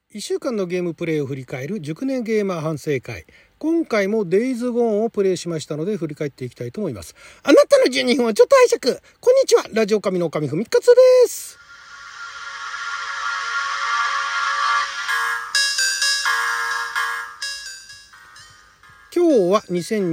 1週間のゲームプレイを振り返る熟年ゲーマー反省会。今回もデイズゴーンをプレイしましたので振り返っていきたいと思います。あなたの12分はちょっと拝借。こんにちは、ラジオ神の神ふみかつです。今日は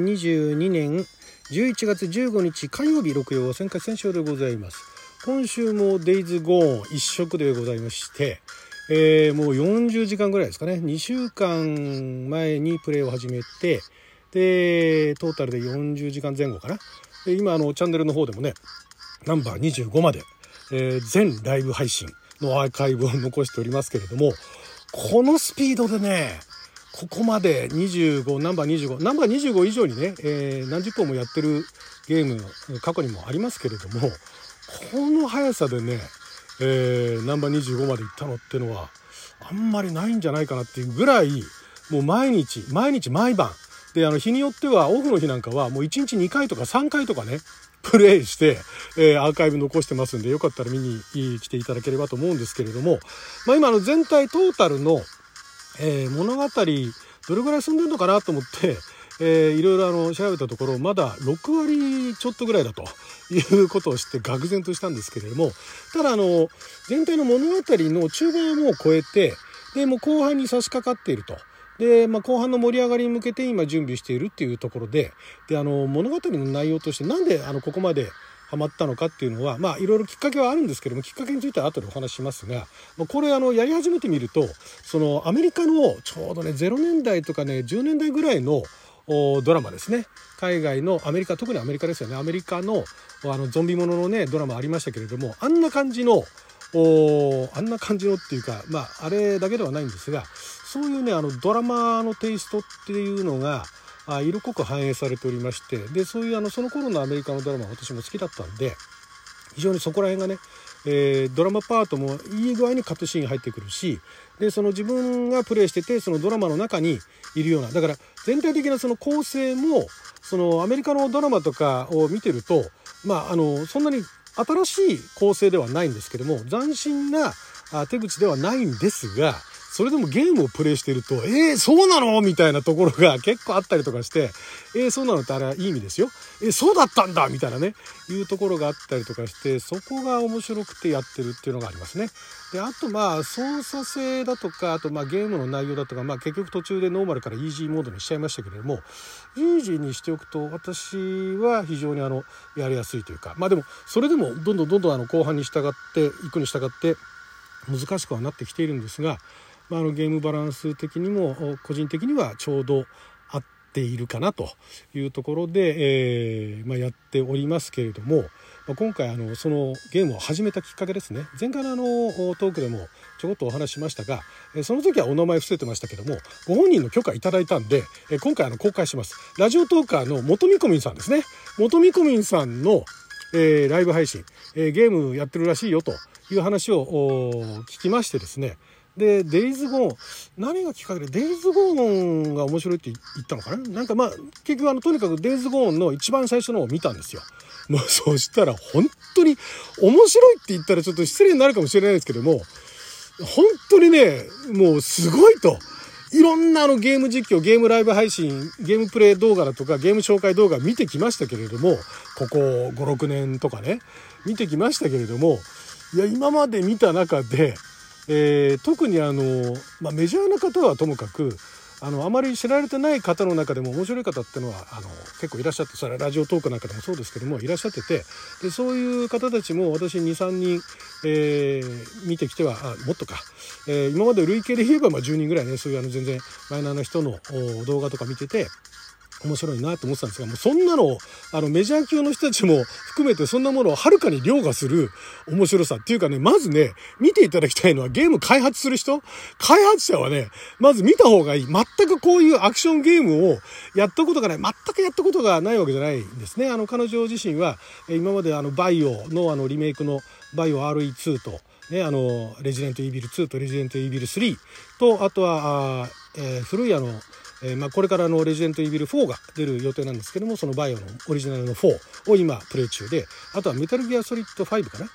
2022年11月15日火曜日、六曜旋回戦勝でございます。今週もデイズゴーン一色でございまして、もう40時間ぐらいですかね。2週間前にプレイを始めて、でトータルで40時間前後かな。で今チャンネルの方でもね、ナンバー25まで、全ライブ配信のアーカイブを残しておりますけれども、このスピードでね、ここまでナンバー25以上にね、何十本もやってるゲーム過去にもありますけれども、この速さでね、ナンバー25まで行ったのってのはあんまりないんじゃないかなっていうぐらい、もう毎日毎晩で、日によってはオフの日なんかはもう1日2回とか3回とかねプレイして、アーカイブ残してますんで、よかったら見に来ていただければと思うんですけれども、今全体トータルの、物語どれぐらい進んでるのかなと思って、いろいろ調べたところ、まだ6割ちょっとぐらいだということを知って愕然としたんですけれども、ただ全体の物語の中盤はもう超えて、でもう後半に差し掛かっていると。で、後半の盛り上がりに向けて今準備しているっていうところで、物語の内容としてなんでここまでハマったのかっていうのは、いろいろきっかけはあるんですけども、きっかけについては後でお話ししますが、これやり始めてみると、そのアメリカのちょうどね0年代とかね10年代ぐらいのドラマですね。海外のアメリカ、特にアメリカですよね。アメリカのゾンビもののねドラマありましたけれども、あんな感じのっていうか、あれだけではないんですが、そういうねドラマのテイストっていうのが色濃く反映されておりまして、でそういうその頃のアメリカのドラマ、私も好きだったんで、非常にそこら辺がね、ドラマパートもいい具合にカットシーン入ってくるし、でその自分がプレイしててそのドラマの中にいるような、だから全体的なその構成もそのアメリカのドラマとかを見てると、そんなに新しい構成ではないんですけども、斬新な手口ではないんですが、それでもゲームをプレイしてると、そうなのみたいなところが結構あったりとかして、そうなのってあれはいい意味ですよ。そうだったんだみたいなね、いうところがあったりとかして、そこが面白くてやってるっていうのがありますね。で、あと操作性だとか、あとゲームの内容だとか、結局途中でノーマルからイージーモードにしちゃいましたけれども、イージーにしておくと私は非常にやりやすいというか、でもそれでもどんどん後半に従っていくに従って難しくはなってきているんですが、ゲームバランス的にも個人的にはちょうど合っているかなというところで、やっておりますけれども、今回そのゲームを始めたきっかけですね。前回のトークでもちょこっとお話ししましたが、その時はお名前伏せてましたけども、ご本人の許可いただいたんで、今回公開します。ラジオトーカーの元みこみんさんですね。元みこみんさんの、ライブ配信、ゲームやってるらしいよという話を聞きましてですね、でデイズゴーン、何がきっかけでデイズゴーンが面白いって言ったのかな。結局とにかくデイズゴーンの一番最初のを見たんですよ。もうそしたら本当に面白いって言ったらちょっと失礼になるかもしれないですけども、本当にね、もうすごいと。いろんなゲーム実況、ゲームライブ配信、ゲームプレイ動画だとかゲーム紹介動画見てきましたけれども、ここ5、6年とかね見てきましたけれども、いや今まで見た中で特にメジャーな方はともかくあまり知られてない方の中でも面白い方っていうのは結構いらっしゃって、それはラジオトークなんかでもそうですけどもいらっしゃってて、でそういう方たちも私 2,3 人、見てきてはもっとか、今まで累計で言えば10人ぐらいね、そういう全然マイナーな人の動画とか見てて面白いなと思ってたんですが、もうそんなのをメジャー級の人たちも含めてそんなものをはるかに凌駕する面白さっていうかね、まずね見ていただきたいのはゲーム開発する人、開発者はねまず見た方がいい。全くこういうアクションゲームをやったことがない、全くやったことがないわけじゃないんですね。彼女自身は今までバイオのリメイクのバイオ RE2 とね、レジデントイービル2とレジデントイービル3と、あとは古いこれからレジデントイービル4が出る予定なんですけども、そのバイオのオリジナルの4を今プレイ中で、あとはメタルギアソリッド5かな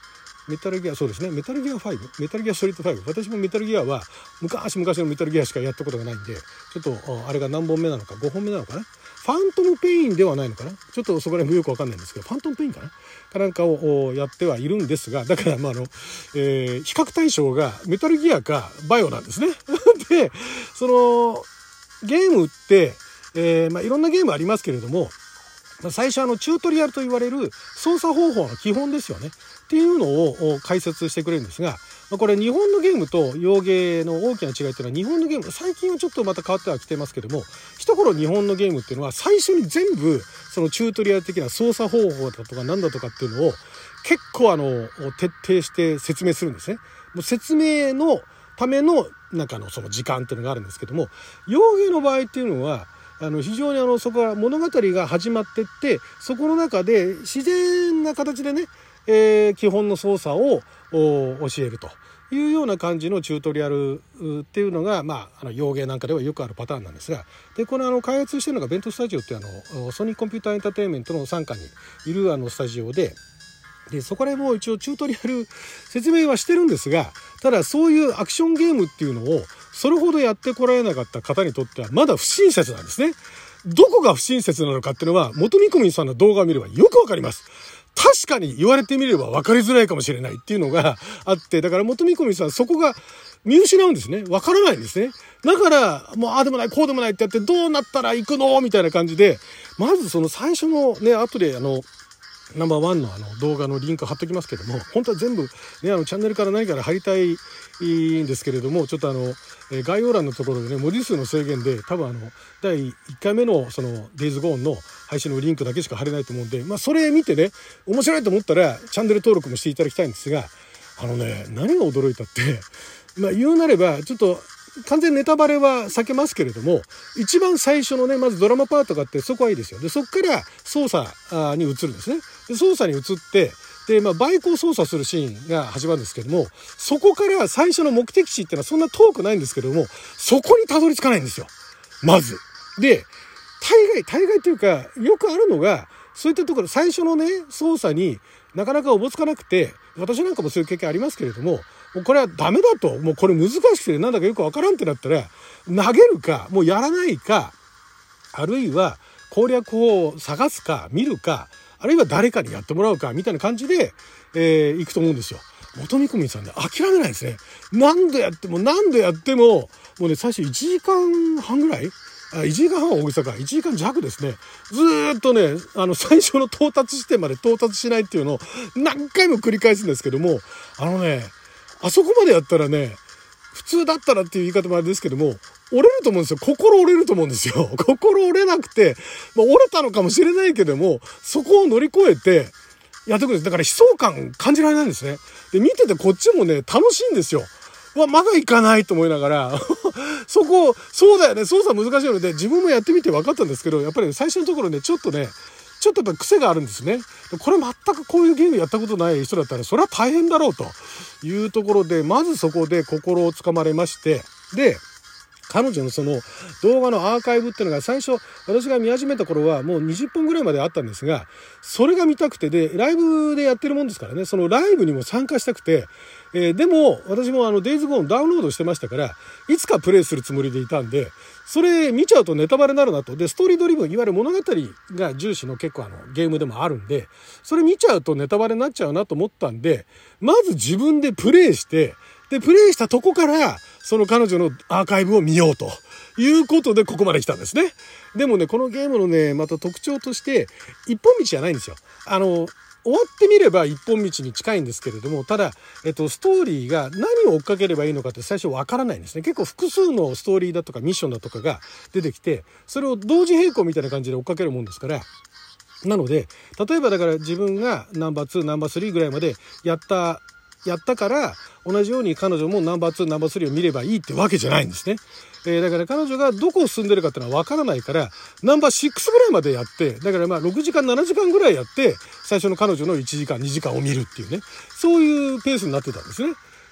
メタルギア、そうですね、メタルギア5、メタルギアソリッド5、私もメタルギアは昔のメタルギアしかやったことがないんで、ちょっとあれが何本目なのか、5本目なのかな、ファントムペインではないのかな、ちょっとそこら辺もよくわかんないんですけど、ファントムペインかなんかをやってはいるんですが、だから比較対象がメタルギアかバイオなんですね。でそのゲームって、いろんなゲームありますけれども、最初チュートリアルと言われる操作方法の基本ですよねっていうのを解説してくれるんですが、これ日本のゲームと洋ゲーの大きな違いっていうのは、日本のゲーム最近はちょっとまた変わってはきてますけども、一頃日本のゲームっていうのは最初に全部そのチュートリアル的な操作方法だとか何だとかっていうのを結構徹底して説明するんですね。もう説明のための中のその時間っていうのがあるんですけども、洋ゲーの場合っていうのは非常にそこは物語が始まってって、そこの中で自然な形でね、基本の操作を教えるというような感じのチュートリアルっていうのが、洋ゲーなんかではよくあるパターンなんですが、でこれ開発してるのがベントスタジオっていうソニーコンピューターエンターテインメントの傘下にいるスタジオで、そこでもう一応チュートリアル説明はしてるんですが、ただそういうアクションゲームっていうのをそれほどやってこられなかった方にとってはまだ不親切なんですね。どこが不親切なのかっていうのは元見込さんの動画を見ればよくわかります。確かに言われてみれば分かりづらいかもしれないっていうのがあって、だから元見込さんそこが見失うんですね。わからないんですね。だからもうああでもないこうでもないってやって、どうなったら行くのみたいな感じで、まずその最初のね、後でナンバーワンの動画のリンク貼っときますけども、本当は全部ね、チャンネルから何から貼りたいんですけれども、ちょっと概要欄のところでね、文字数の制限で多分第1回目のその Days Gone の配信のリンクだけしか貼れないと思うんで、それ見てね、面白いと思ったらチャンネル登録もしていただきたいんですが、何が驚いたって、言うなればちょっと完全ネタバレは避けますけれども、一番最初のね、まずドラマパートがあって、そこはいいですよ。でそこから操作に移るんですね。で操作に移って、でバイクを操作するシーンが始まるんですけども、そこから最初の目的地っていうのはそんな遠くないんですけども、そこにたどり着かないんですよ、まず。で大概というか、よくあるのが、そういったところ最初のね操作になかなかおぼつかなくて、私なんかもそういう経験ありますけれども、もうこれはダメだと、もうこれ難しくてなんだかよくわからんってなったら投げるか、もうやらないか、あるいは攻略法を探すか見るか、あるいは誰かにやってもらうかみたいな感じで、いくと思うんですよ。元見込みさんね、諦めないですね。何度やってももうね、最初1時間半ぐらい、1時間半は大げさか、1時間弱ですね。ずーっとね、最初の到達地点まで到達しないっていうのを何回も繰り返すんですけども、あそこまでやったらね、普通だったらっていう言い方もあれですけども、折れると思うんですよ。心折れると思うんですよ。心折れなくて、折れたのかもしれないけども、そこを乗り越えてやってくるんです。だから悲壮感感じられないんですね。で、見ててこっちもね、楽しいんですよ。まだ行かないと思いながらそうだよね、操作難しいので自分もやってみて分かったんですけど、やっぱり最初のところね、ちょっとやっぱ癖があるんですね。これ全くこういうゲームやったことない人だったらそれは大変だろうというところで、まずそこで心をつかまれまして、で彼女のその動画のアーカイブっていうのが最初私が見始めた頃はもう20本ぐらいまであったんですが、それが見たくて、でライブでやってるもんですからね、そのライブにも参加したくて、でも私もデイズゴーンダウンロードしてましたから、いつかプレイするつもりでいたんで、それ見ちゃうとネタバレになるなと。でストーリードリブン、いわゆる物語が重視の結構ゲームでもあるんで、それ見ちゃうとネタバレになっちゃうなと思ったんで、まず自分でプレイして、でプレイしたとこからその彼女のアーカイブを見ようということでここまで来たんですね。でもね、このゲームのね、また特徴として一本道じゃないんですよ。終わってみれば一本道に近いんですけれども、ただ、ストーリーが何を追っかければいいのかって最初わからないんですね。結構複数のストーリーだとかミッションだとかが出てきて、それを同時並行みたいな感じで追っかけるもんですから、なので例えばだから自分がナンバー2ナンバー3ぐらいまでやったから、同じように彼女もナンバー2ナンバー3を見ればいいってわけじゃないんですね。だから彼女がどこを進んでるかっていうのは分からないから、ナンバー6ぐらいまでやって、だから6時間7時間ぐらいやって最初の彼女の1時間2時間を見るっていうね、そういうペースになってたんですね。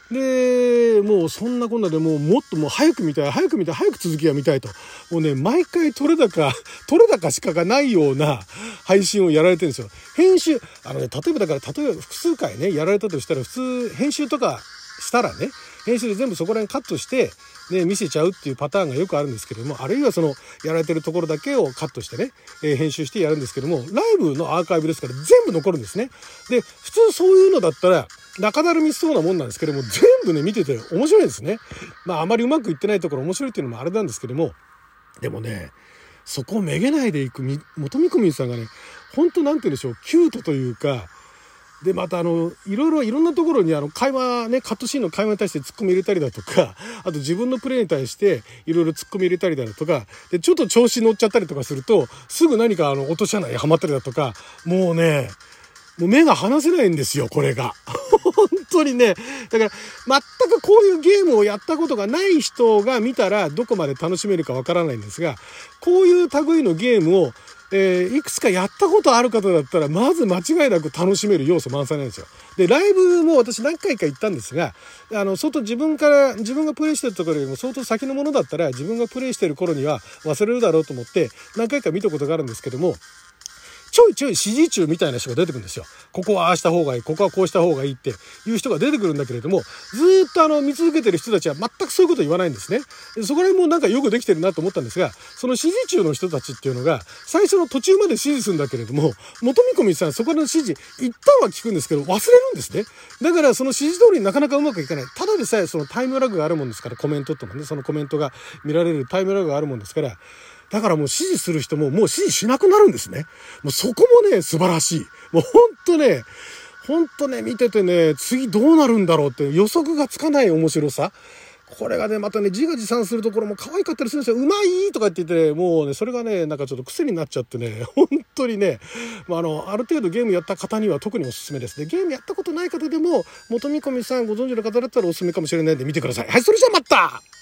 でもうそんなこんなでもっと早く早く続きが見たいと、もうね毎回取れ高しかがないような配信をやられてるんですよ。編集例えば複数回ねやられたとしたら、普通編集とかしたらね、編集で全部そこら辺カットしてね見せちゃうっていうパターンがよくあるんですけれども、あるいはそのやられてるところだけをカットしてね、編集してやるんですけども、ライブのアーカイブですから全部残るんですね。で普通そういうのだったら中だるみしそうなもんなんですけども、全部ね見てて面白いですね。あまりうまくいってないところ面白いっていうのもあれなんですけども、でもねそこをめげないでいく元見込さんがね、本当なんて言うんでしょう、キュートというか、でまたいろんなところに会話ね、カットシーンの会話に対してツッコミ入れたりだとか、あと自分のプレイに対していろいろツッコミ入れたりだとかで、ちょっと調子乗っちゃったりとかするとすぐ何か落とし穴にはまったりだとか、もう目が離せないんですよこれが本当にね。だから全くこういうゲームをやったことがない人が見たらどこまで楽しめるかわからないんですが、こういう類のゲームをいくつかやったことある方だったらまず間違いなく楽しめる要素満載なんですよ。でライブも私何回か行ったんですが、相当自分がプレイしてるところよりも相当先のものだったら自分がプレイしてる頃には忘れるだろうと思って何回か見たことがあるんですけども、ちょい指示中みたいな人が出てくるんですよ。ここはああした方がいい、ここはこうした方がいいっていう人が出てくるんだけれども、ずっと見続けてる人たちは全くそういうこと言わないんですね。そこら辺もなんかよくできてるなと思ったんですが、その指示中の人たちっていうのが最初の途中まで指示するんだけれども、元見込みさんそこの指示一旦は聞くんですけど忘れるんですね。だからその指示通りになかなかうまくいかない。ただでさえそのタイムラグがあるもんですから、コメントとかね、そのコメントが見られるタイムラグがあるもんですから、だからもう指示する人ももう指示しなくなるんですね。もうそこもね素晴らしい。もうほんとね見ててね、次どうなるんだろうって予測がつかない面白さ。これがねまたね自画自賛するところも可愛かったりするんですよ。うまいとかって言ってね、もうねそれがねなんかちょっと癖になっちゃってね、本当にね、ある程度ゲームやった方には特におすすめです。でゲームやったことない方でも元見込さんご存知の方だったらおすすめかもしれないんで見てください。はい、それじゃあまた。